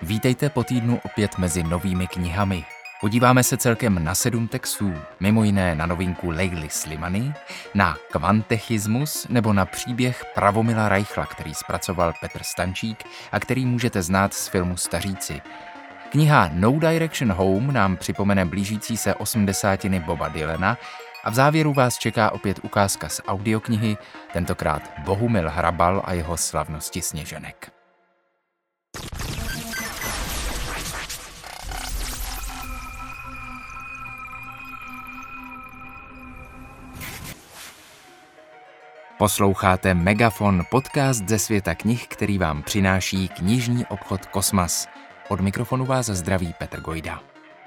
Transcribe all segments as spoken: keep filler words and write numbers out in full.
Vítejte po týdnu opět mezi novými knihami. Podíváme se celkem na sedm textů, mimo jiné na novinku Leily Slimany, na kvantechismus nebo na příběh Pravomila Reichla, který zpracoval Petr Stančík a který můžete znát z filmu Staříci. Kniha No Direction Home nám připomene blížící se osmdesátiny Boba Dylana a v závěru vás čeká opět ukázka z audioknihy, tentokrát Bohumil Hrabal a jeho Slavnosti sněženek. Posloucháte Megafon, podcast ze světa knih, který vám přináší knižní obchod Kosmas. Od mikrofonu vás zdraví Petr Gojda.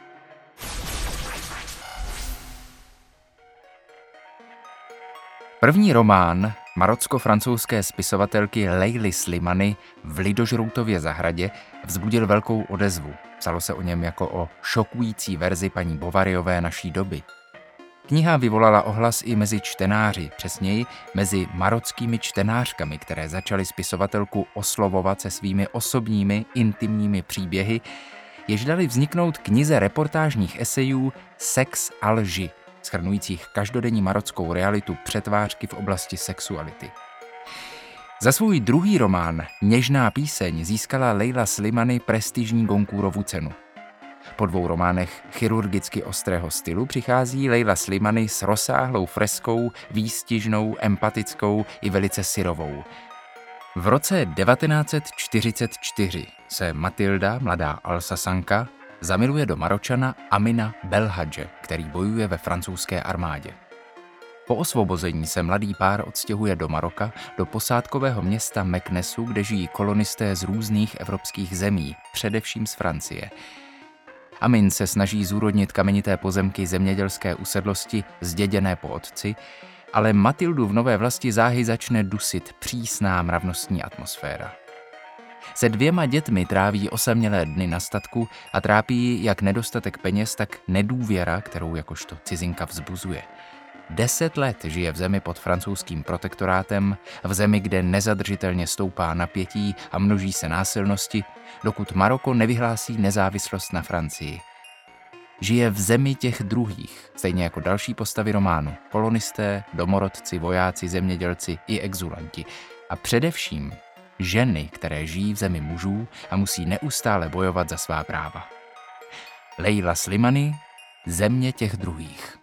První román marocko-francouzské spisovatelky Leily Slimany v Lidožroutově zahradě vzbudil velkou odezvu. Psalo se o něm jako o šokující verzi paní Bovaryové naší doby. Kniha vyvolala ohlas i mezi čtenáři, přesněji mezi marockými čtenářkami, které začaly spisovatelku oslovovat se svými osobními, intimními příběhy, jež dali vzniknout knize reportážních esejů Sex a lži, shrnujících každodenní marockou realitu přetvářky v oblasti sexuality. Za svůj druhý román Něžná píseň získala Leila Slimany prestižní Goncourtovu cenu. Po dvou románech chirurgicky ostrého stylu přichází Leila Slimany s rozsáhlou freskou, výstižnou, empatickou i velice syrovou. V roce devatenáct set čtyřicet čtyři se Matilda, mladá Alsasanka, zamiluje do Maročana Amina Belhadže, který bojuje ve francouzské armádě. Po osvobození se mladý pár odstěhuje do Maroka, do posádkového města Meknesu, kde žijí kolonisté z různých evropských zemí, především z Francie. Amin se snaží zúrodnit kamenité pozemky zemědělské usedlosti zděděné po otci, ale Matildu v nové vlasti záhy začne dusit přísná mravnostní atmosféra. Se dvěma dětmi tráví osamělé dny na statku a trápí jak nedostatek peněz, tak nedůvěra, kterou jakožto cizinka vzbuzuje. Deset let žije v zemi pod francouzským protektorátem, v zemi, kde nezadržitelně stoupá napětí a množí se násilnosti, dokud Maroko nevyhlásí nezávislost na Francii. Žije v zemi těch druhých, stejně jako další postavy románu, kolonisté, domorodci, vojáci, zemědělci i exulanti. A především ženy, které žijí v zemi mužů a musí neustále bojovat za svá práva. Leila Slimany, Země těch druhých.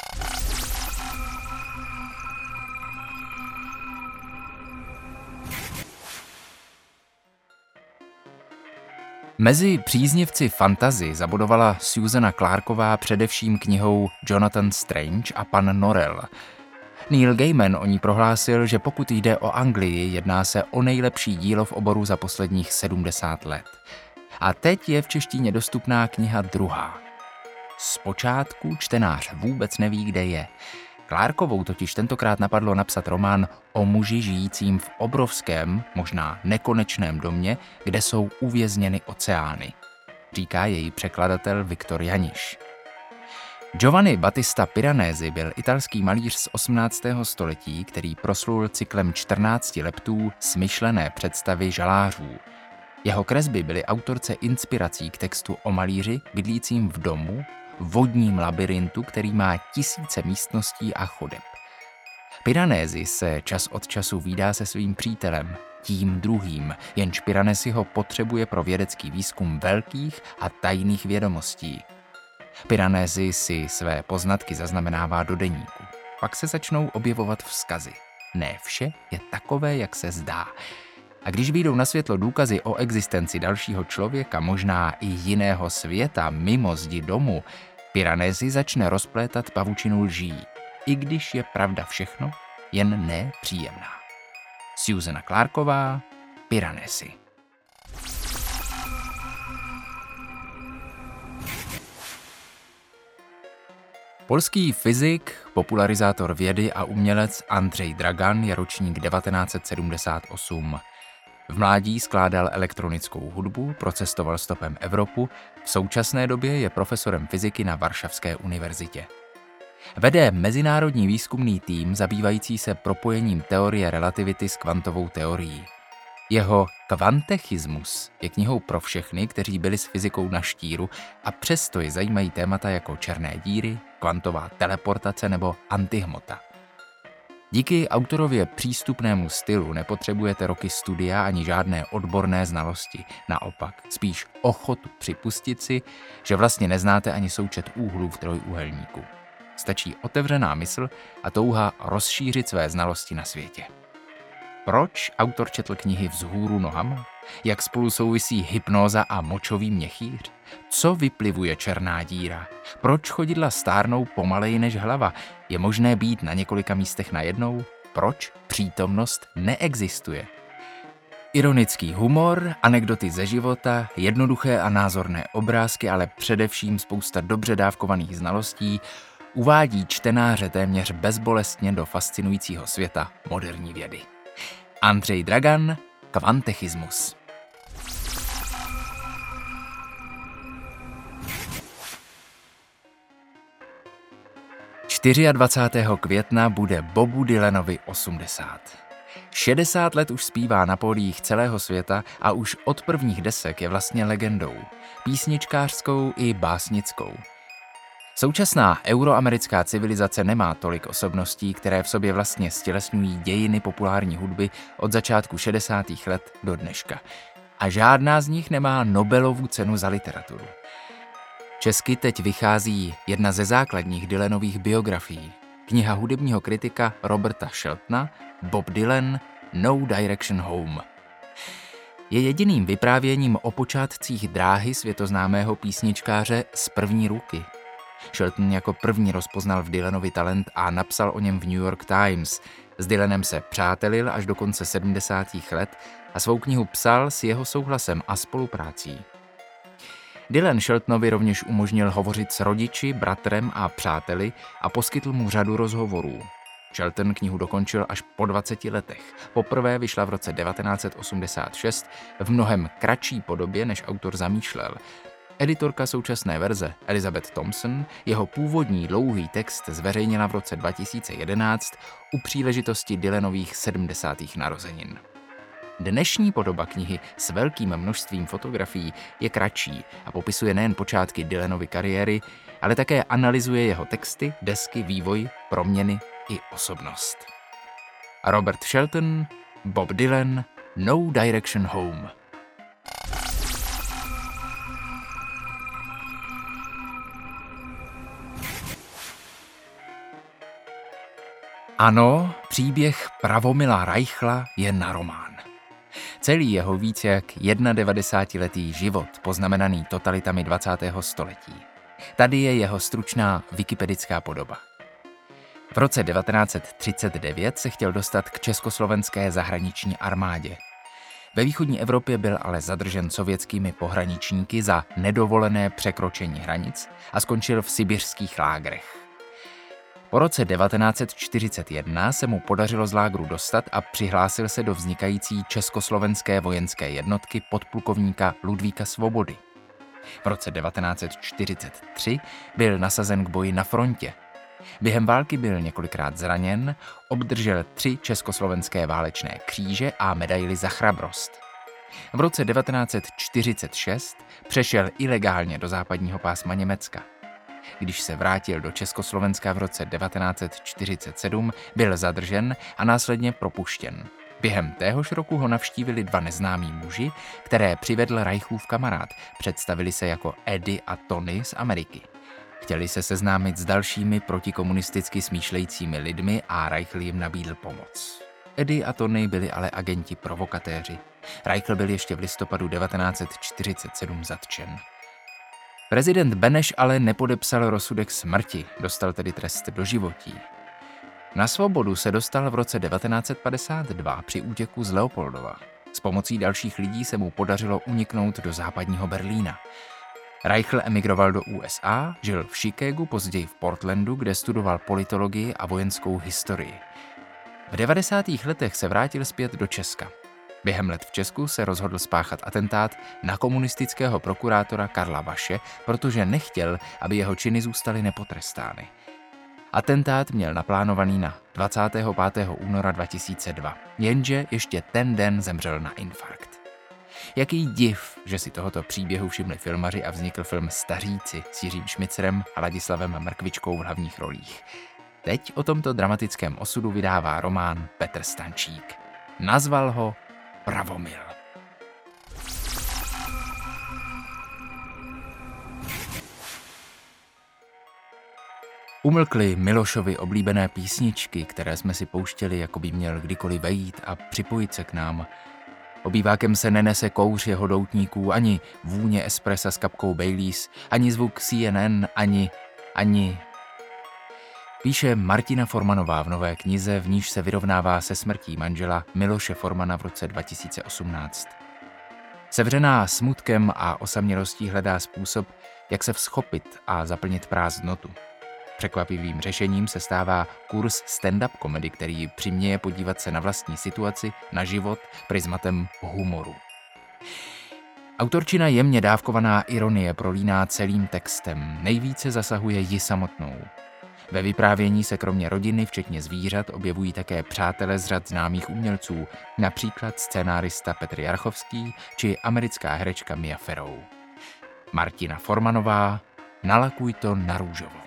Mezi příznivci fantasy zabudovala Susana Clarková především knihou Jonathan Strange a pan Norrell. Neil Gaiman o ní prohlásil, že pokud jde o Anglii, jedná se o nejlepší dílo v oboru za posledních sedmdesát let. A teď je v češtině dostupná kniha druhá. Zpočátku čtenář vůbec neví, kde je. Clarkovou totiž tentokrát napadlo napsat román o muži žijícím v obrovském, možná nekonečném domě, kde jsou uvězněny oceány, říká její překladatel Viktor Janiš. Giovanni Battista Piranesi byl italský malíř z osmnáctého století, který proslul cyklem čtrnácti leptů smyšlené představy žalářů. Jeho kresby byly autorce inspirací k textu o malíři bydlícím v domu, vodním labyrintu, který má tisíce místností a chodeb. Piranesi se čas od času vídá se svým přítelem, tím druhým, jenž Piranesi ho potřebuje pro vědecký výzkum velkých a tajných vědomostí. Piranesi si své poznatky zaznamenává do deníku. Pak se začnou objevovat vzkazy. Ne vše je takové, jak se zdá. A když vyjdou na světlo důkazy o existenci dalšího člověka, možná i jiného světa mimo zdi domu, Piranesi začne rozplétat pavučinu lží, i když je pravda všechno, jen ne příjemná. Susana Clarková, Piranesi. Polský fyzik, popularizátor vědy a umělec Andrzej Dragan je ročník devatenáct set sedmdesát osm. V mládí skládal elektronickou hudbu, procestoval stopem Evropu, v současné době je profesorem fyziky na Varšavské univerzitě. Vede mezinárodní výzkumný tým zabývající se propojením teorie relativity s kvantovou teorií. Jeho Kvantechismus je knihou pro všechny, kteří byli s fyzikou na štíru a přesto je zajímají témata jako černé díry, kvantová teleportace nebo antihmota. Díky autorově přístupnému stylu nepotřebujete roky studia ani žádné odborné znalosti. Naopak, spíš ochotu připustit si, že vlastně neznáte ani součet úhlů v trojúhelníku. Stačí otevřená mysl a touha rozšířit své znalosti na světě. Proč autor četl knihy vzhůru nohama? Jak spolu souvisí hypnóza a močový měchýř? Co vyplivuje černá díra? Proč chodidla stárnou pomaleji než hlava? Je možné být na několika místech najednou? Proč přítomnost neexistuje? Ironický humor, anekdoty ze života, jednoduché a názorné obrázky, ale především spousta dobře dávkovaných znalostí uvádí čtenáře téměř bezbolestně do fascinujícího světa moderní vědy. Andrzej Dragan, Kvantechismus. dvacátého čtvrtého května bude Bobu Dylanovi osmdesát. šedesát let už zpívá na pódiích celého světa a už od prvních desek je vlastně legendou. Písničkářskou i básnickou. Současná euroamerická civilizace nemá tolik osobností, které v sobě vlastně stělesňují dějiny populární hudby od začátku šedesátých let do dneška. A žádná z nich nemá Nobelovu cenu za literaturu. Česky teď vychází jedna ze základních Dylanových biografií, kniha hudebního kritika Roberta Sheltona Bob Dylan No Direction Home. Je jediným vyprávěním o počátcích dráhy světoznámého písničkáře z první ruky. Shelton jako první rozpoznal v Dylanovi talent a napsal o něm v New York Times. S Dylanem se přátelil až do konce sedmdesátých let a svou knihu psal s jeho souhlasem a spoluprácí. Dylan Sheltonovi rovněž umožnil hovořit s rodiči, bratrem a přáteli a poskytl mu řadu rozhovorů. Shelton knihu dokončil až po dvaceti letech. Poprvé vyšla v roce devatenáct set osmdesát šest v mnohem kratší podobě, než autor zamýšlel. Editorka současné verze Elizabeth Thompson jeho původní dlouhý text zveřejnila v roce dva tisíce jedenáct u příležitosti Dylanových sedmdesátých narozenin. Dnešní podoba knihy s velkým množstvím fotografií je kratší a popisuje nejen počátky Dylanovy kariéry, ale také analyzuje jeho texty, desky, vývoj, proměny i osobnost. Robert Shelton, Bob Dylan, No Direction Home. Ano, příběh Pravomila Reichla je na román. Celý jeho víc jak devadesátiletý život, poznamenaný totalitami dvacátého století. Tady je jeho stručná wikipedická podoba. V roce devatenáct set třicet devět se chtěl dostat k československé zahraniční armádě. Ve východní Evropě byl ale zadržen sovětskými pohraničníky za nedovolené překročení hranic a skončil v sibiřských lágrech. Po roce devatenáct set čtyřicet jedna se mu podařilo z lágru dostat a přihlásil se do vznikající československé vojenské jednotky podplukovníka Ludvíka Svobody. V roce devatenáct set čtyřicet tři byl nasazen k boji na frontě. Během války byl několikrát zraněn, obdržel tři československé válečné kříže a medaili za chrabrost. V roce devatenáct set čtyřicet šest přešel ilegálně do západního pásma Německa. Když se vrátil do Československa v roce devatenáct set čtyřicet sedm, byl zadržen a následně propuštěn. Během téhož roku ho navštívili dva neznámí muži, které přivedl Reichův kamarád. Představili se jako Eddie a Tony z Ameriky. Chtěli se seznámit s dalšími protikomunisticky smýšlejícími lidmi a Reichl jim nabídl pomoc. Eddie a Tony byli ale agenti provokatéři. Reichl byl ještě v listopadu devatenáct set čtyřicet sedm zatčen. Prezident Beneš ale nepodepsal rozsudek smrti, dostal tedy trest doživotí. Na svobodu se dostal v roce devatenáct set padesát dva při útěku z Leopoldova. S pomocí dalších lidí se mu podařilo uniknout do západního Berlína. Reichl emigroval do U S A, žil v Chicagu, později v Portlandu, kde studoval politologii a vojenskou historii. V devadesátých letech se vrátil zpět do Česka. Během let v Česku se rozhodl spáchat atentát na komunistického prokurátora Karla Vaše, protože nechtěl, aby jeho činy zůstaly nepotrestány. Atentát měl naplánovaný na dvacátého pátého února dva tisíce dva, jenže ještě ten den zemřel na infarkt. Jaký div, že si tohoto příběhu všimli filmaři a vznikl film Staříci s Jiřím Šmicerem a Ladislavem Mrkvičkou v hlavních rolích. Teď o tomto dramatickém osudu vydává román Petr Stančík. Nazval ho Pravomil. Umlkly Milošovy oblíbené písničky, které jsme si pouštěli, jako by měl kdykoliv vejít a připojit se k nám. Obývákem se nenese kouř jeho doutníků, ani vůně espressa s kapkou Baileys, ani zvuk C N N, ani, ani... Píše Martina Formanová v nové knize, v níž se vyrovnává se smrtí manžela Miloše Formana v roce dva tisíce osmnáct. Sevřená smutkem a osamělostí hledá způsob, jak se vzchopit a zaplnit prázdnotu. Překvapivým řešením se stává kurz stand-up komedy, který přiměje podívat se na vlastní situaci, na život, prismatem humoru. Autorčina jemně dávkovaná ironie prolíná celým textem, nejvíce zasahuje ji samotnou. Ve vyprávění se kromě rodiny, včetně zvířat, objevují také přátelé z řad známých umělců, například scénárista Petr Jarchovský či americká herečka Mia Farrow. Martina Formanová, Nalakuj to na růžovo.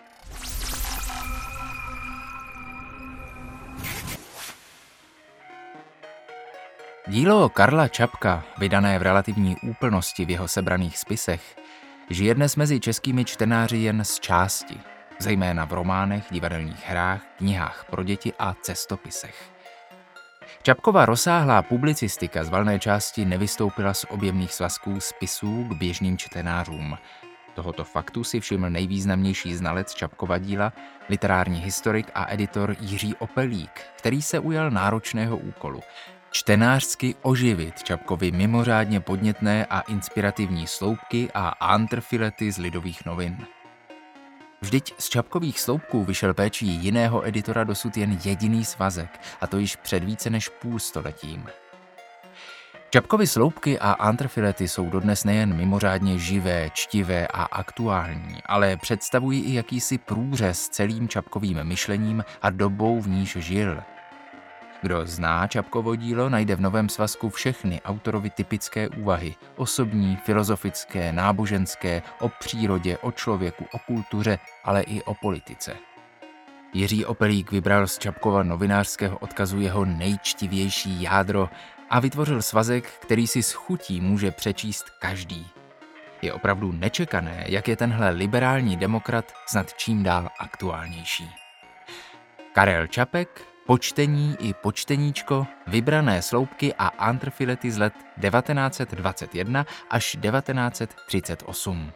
Dílo Karla Čapka, vydané v relativní úplnosti v jeho sebraných spisech, žije dnes mezi českými čtenáři jen z části, zejména v románech, divadelních hrách, knihách pro děti a cestopisech. Čapkova rozsáhlá publicistika z valné části nevystoupila z objemných svazků spisů k běžným čtenářům. Tohoto faktu si všiml nejvýznamnější znalec Čapkova díla, literární historik a editor Jiří Opelík, který se ujal náročného úkolu – čtenářsky oživit Čapkovy mimořádně podnětné a inspirativní sloupky a antrfilety z Lidových novin. Vždyť z Čapkových sloupků vyšel péčí jiného editora dosud jen jediný svazek, a to již před více než půl stoletím. Čapkovy sloupky a antrfilety jsou dodnes nejen mimořádně živé, čtivé a aktuální, ale představují i jakýsi průřez celým Čapkovým myšlením a dobou, v níž žil. Kdo zná Čapkovo dílo, najde v novém svazku všechny autorovi typické úvahy, osobní, filozofické, náboženské, o přírodě, o člověku, o kultuře, ale i o politice. Jiří Opelík vybral z Čapkova novinářského odkazu jeho nejčtivější jádro a vytvořil svazek, který si s chutí může přečíst každý. Je opravdu nečekané, jak je tenhle liberální demokrat snad čím dál aktuálnější. Karel Čapek, Počtení i počteníčko, vybrané sloupky a antrfilety z let devatenáct set dvacet jedna až devatenáct set třicet osm.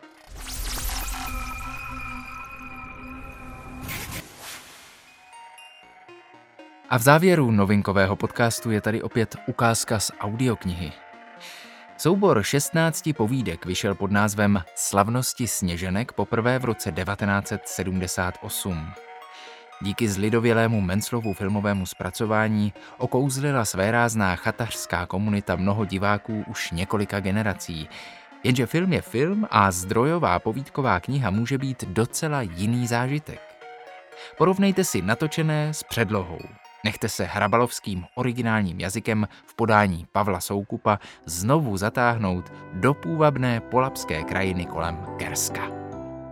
A v závěru novinkového podcastu je tady opět ukázka z audioknihy. Soubor šestnácti povídek vyšel pod názvem Slavnosti sněženek poprvé v roce devatenáct set sedmdesát osm. Díky zlidovělému Menclovu filmovému zpracování okouzlila svérázná chatařská komunita mnoho diváků už několika generací. Jenže film je film a zdrojová povídková kniha může být docela jiný zážitek. Porovnejte si natočené s předlohou. Nechte se hrabalovským originálním jazykem v podání Pavla Soukupa znovu zatáhnout do půvabné polabské krajiny kolem Kerska.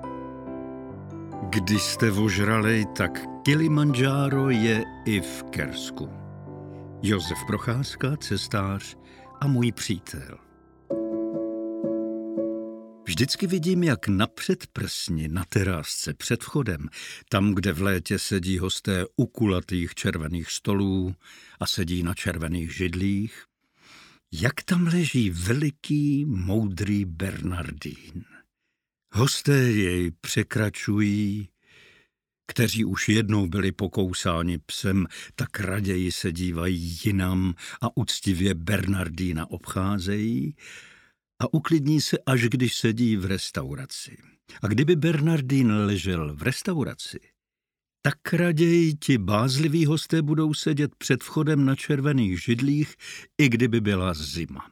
Když jste ožralej, tak Kilimandžáro je i v Kersku. Josef Procházka, cestář a můj přítel. Vždycky vidím, jak napřed prsni na terásce před vchodem, tam, kde v létě sedí hosté u kulatých červených stolů a sedí na červených židlích, jak tam leží veliký, moudrý Bernardín. Hosté jej překračují, kteří už jednou byli pokousáni psem, tak raději se dívají jinam a úctivě Bernardína obcházejí a uklidní se, až když sedí v restauraci. A kdyby Bernardín ležel v restauraci, tak raději ti bázliví hosté budou sedět před vchodem na červených židlích, i kdyby byla zima.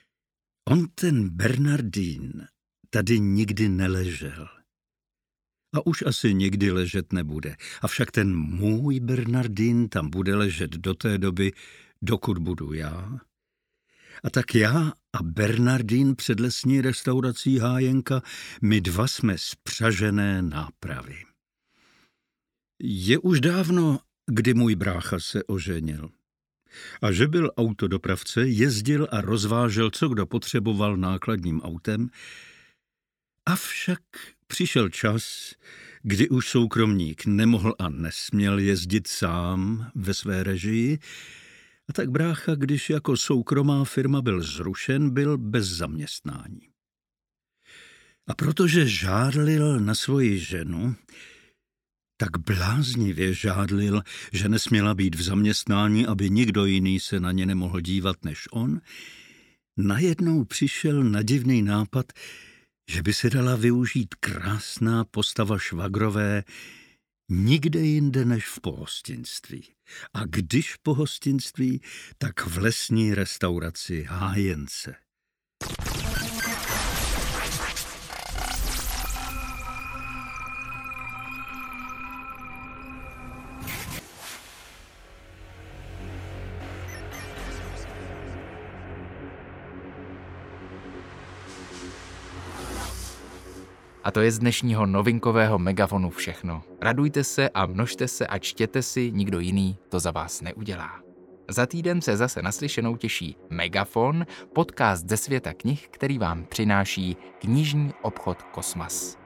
On, ten Bernardín, tady nikdy neležel. A už asi nikdy ležet nebude. Avšak ten můj Bernardín tam bude ležet do té doby, dokud budu já. A tak já a Bernardín před lesní restaurací Hájenka, my dva jsme spřažené nápravy. Je už dávno, kdy můj brácha se oženil. A že byl autodopravce, jezdil a rozvážel, co kdo potřeboval nákladním autem. Avšak přišel čas, kdy už soukromník nemohl a nesměl jezdit sám ve své režii, a tak brácha, když jako soukromá firma byl zrušen, byl bez zaměstnání. A protože žádlil na svoji ženu, tak bláznivě žádlil, že nesměla být v zaměstnání, aby nikdo jiný se na ně nemohl dívat než on, najednou přišel na divný nápad, že by se dala využít krásná postava švagrové nikde jinde než v pohostinství. A když pohostinství, tak v lesní restauraci Hájence. A to je z dnešního novinkového Megafonu všechno. Radujte se a množte se a čtěte si, nikdo jiný to za vás neudělá. Za týden se zase naslyšenou těší Megafon, podcast ze světa knih, který vám přináší knižní obchod Kosmas.